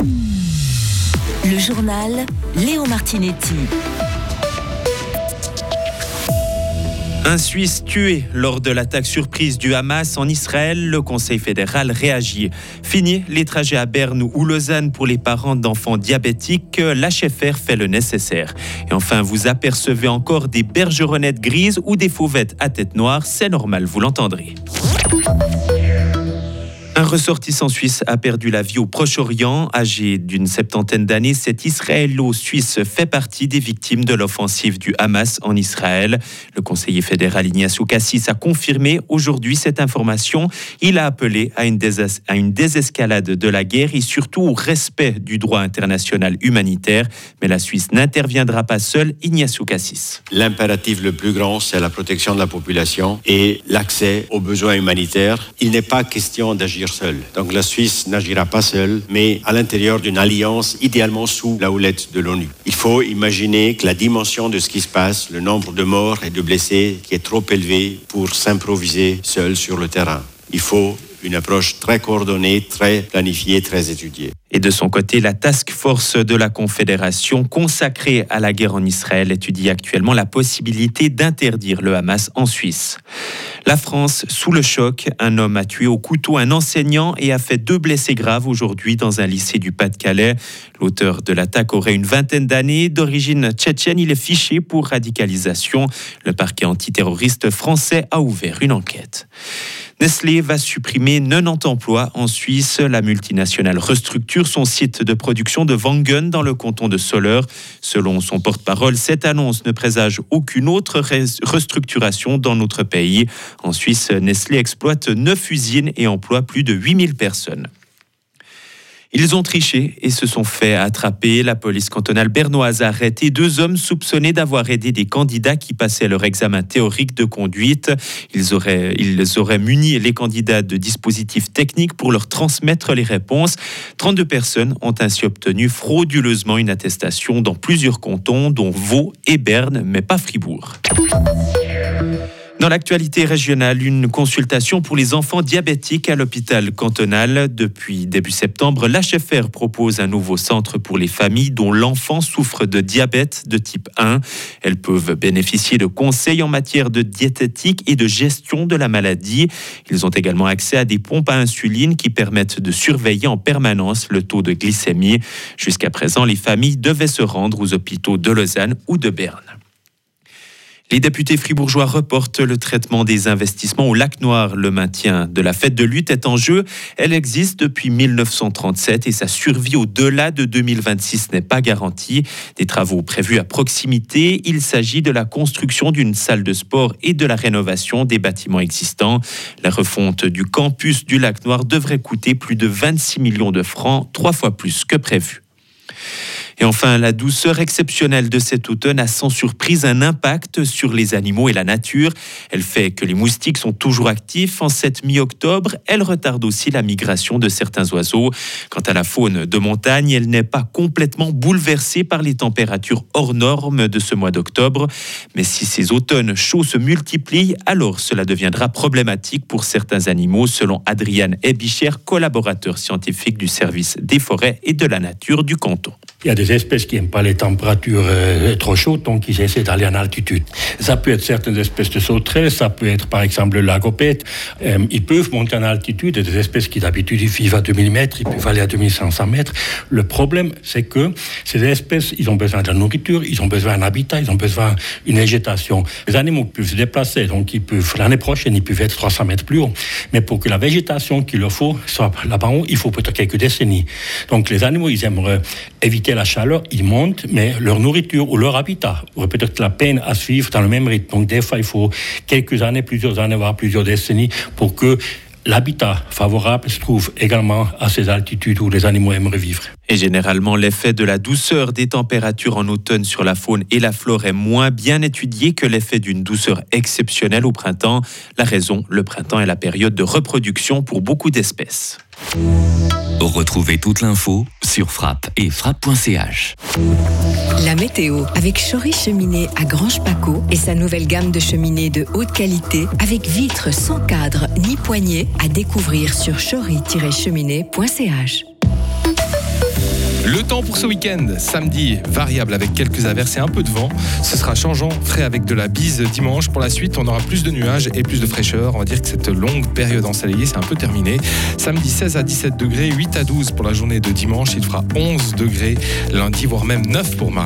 Le journal Léo Martinetti. Un Suisse tué lors de l'attaque surprise du Hamas en Israël. Le Conseil fédéral réagit. Fini les trajets à Berne ou Lausanne pour les parents d'enfants diabétiques. L'HFR fait le nécessaire. Et enfin, vous apercevez encore des bergeronnettes grises ou des fauvettes à tête noire. C'est normal, vous l'entendrez. Un ressortissant suisse a perdu la vie au Proche-Orient. Âgé d'une 70aine d'années, cet Israélo-Suisse fait partie des victimes de l'offensive du Hamas en Israël. Le conseiller fédéral Ignacio Cassis a confirmé aujourd'hui cette information. Il a appelé à une désescalade de la guerre et surtout au respect du droit international humanitaire. Mais la Suisse n'interviendra pas seule. Ignacio Cassis. L'impératif le plus grand, c'est la protection de la population et l'accès aux besoins humanitaires. Il n'est pas question d'agir seul. Donc la Suisse n'agira pas seule, mais à l'intérieur d'une alliance, idéalement sous la houlette de l'ONU. Il faut imaginer que la dimension de ce qui se passe, le nombre de morts et de blessés qui est trop élevé pour s'improviser seul sur le terrain. Il faut une approche très coordonnée, très planifiée, très étudiée. Et de son côté, la task force de la Confédération consacrée à la guerre en Israël étudie actuellement la possibilité d'interdire le Hamas en Suisse. La France, sous le choc, un homme a tué au couteau un enseignant et a fait 2 blessés graves aujourd'hui dans un lycée du Pas-de-Calais. L'auteur de l'attaque aurait une 20aine d'années, d'origine tchétchène. Il est fiché pour radicalisation. Le parquet antiterroriste français a ouvert une enquête. Nestlé va supprimer 90 emplois en Suisse. La multinationale restructure son site de production de Wangen dans le canton de Soleure. Selon son porte-parole, cette annonce ne présage aucune autre restructuration dans notre pays. En Suisse, Nestlé exploite 9 usines et emploie plus de 8000 personnes. Ils ont triché et se sont fait attraper. La police cantonale bernoise a arrêté 2 hommes soupçonnés d'avoir aidé des candidats qui passaient leur examen théorique de conduite. Ils auraient muni les candidats de dispositifs techniques pour leur transmettre les réponses. 32 personnes ont ainsi obtenu frauduleusement une attestation dans plusieurs cantons, dont Vaud et Berne, mais pas Fribourg. Dans l'actualité régionale, une consultation pour les enfants diabétiques à l'hôpital cantonal. Depuis début septembre, l'HFR propose un nouveau centre pour les familles dont l'enfant souffre de diabète de type 1. Elles peuvent bénéficier de conseils en matière de diététique et de gestion de la maladie. Ils ont également accès à des pompes à insuline qui permettent de surveiller en permanence le taux de glycémie. Jusqu'à présent, les familles devaient se rendre aux hôpitaux de Lausanne ou de Berne. Les députés fribourgeois reportent le traitement des investissements au Lac Noir. Le maintien de la fête de lutte est en jeu. Elle existe depuis 1937 et sa survie au-delà de 2026 n'est pas garantie. Des travaux prévus à proximité. Il s'agit de la construction d'une salle de sport et de la rénovation des bâtiments existants. La refonte du campus du Lac Noir devrait coûter plus de 26 millions de francs, 3 fois plus que prévu. Et enfin, la douceur exceptionnelle de cet automne a sans surprise un impact sur les animaux et la nature. Elle fait que les moustiques sont toujours actifs en cette mi-octobre. Elle retarde aussi la migration de certains oiseaux. Quant à la faune de montagne, elle n'est pas complètement bouleversée par les températures hors normes de ce mois d'octobre. Mais si ces automnes chauds se multiplient, alors cela deviendra problématique pour certains animaux, selon Adrian Ebicher, collaborateur scientifique du service des forêts et de la nature du canton. Il y a des espèces qui n'aiment pas les températures trop chaudes, donc ils essaient d'aller en altitude. Ça peut être certaines espèces de sauterelles, ça peut être par exemple le lagopède. Ils peuvent monter en altitude, des espèces qui d'habitude vivent à 2000 mètres, ils peuvent aller à 2500 mètres. Le problème, c'est que ces espèces, ils ont besoin de la nourriture, ils ont besoin d'un habitat, ils ont besoin d'une végétation. Les animaux peuvent se déplacer, donc ils peuvent, l'année prochaine, ils peuvent être 300 mètres plus haut. Mais pour que la végétation qu'il leur faut soit là-bas haut, il faut peut-être quelques décennies. Donc les animaux, ils aimeraient éviter la chaleur, ils montent, mais leur nourriture ou leur habitat aurait peut-être la peine à suivre dans le même rythme. Donc des fois, il faut quelques années, plusieurs années, voire plusieurs décennies pour que l'habitat favorable se trouve également à ces altitudes où les animaux aimeraient vivre. Et généralement, l'effet de la douceur des températures en automne sur la faune et la flore est moins bien étudié que l'effet d'une douceur exceptionnelle au printemps. La raison, le printemps est la période de reproduction pour beaucoup d'espèces. Retrouvez toute l'info sur Frappe et frappe.ch. La météo avec Chory Cheminée à Grange-Paco et sa nouvelle gamme de cheminées de haute qualité avec vitres sans cadre ni poignée à découvrir sur chory-cheminée.ch. Le temps pour ce week-end, samedi, variable avec quelques averses et un peu de vent. Ce sera changeant, frais avec de la bise dimanche. Pour la suite, on aura plus de nuages et plus de fraîcheur. On va dire que cette longue période ensoleillée, c'est un peu terminé. Samedi, 16 à 17 degrés, 8 à 12 pour la journée de dimanche. Il fera 11 degrés lundi, voire même 9 pour mardi.